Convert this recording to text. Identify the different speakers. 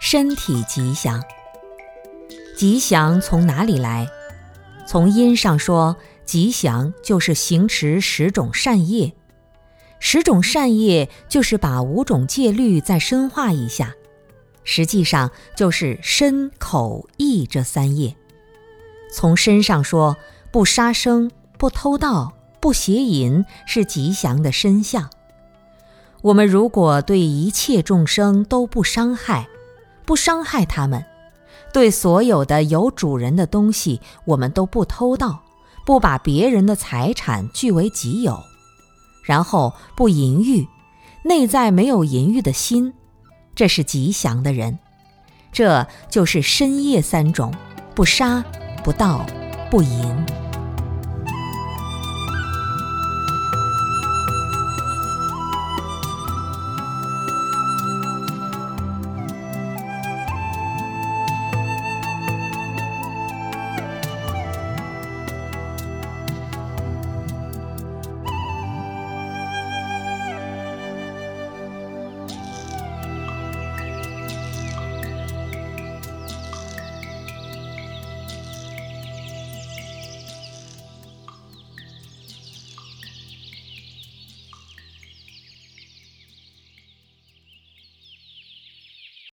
Speaker 1: 身体吉祥。吉祥从哪里来？从音上说，吉祥就是行持10种善业。10种善业就是把5种戒律再深化一下，实际上就是身口意这3业。从身上说，不杀生、不偷盗、不邪淫是吉祥的身相。我们如果对一切众生都不伤害，不伤害他们，对所有的有主人的东西我们都不偷盗，不把别人的财产据为己有，然后不淫欲，内在没有淫欲的心，这是吉祥的人。这就是身业3种：不杀、不盗、不淫。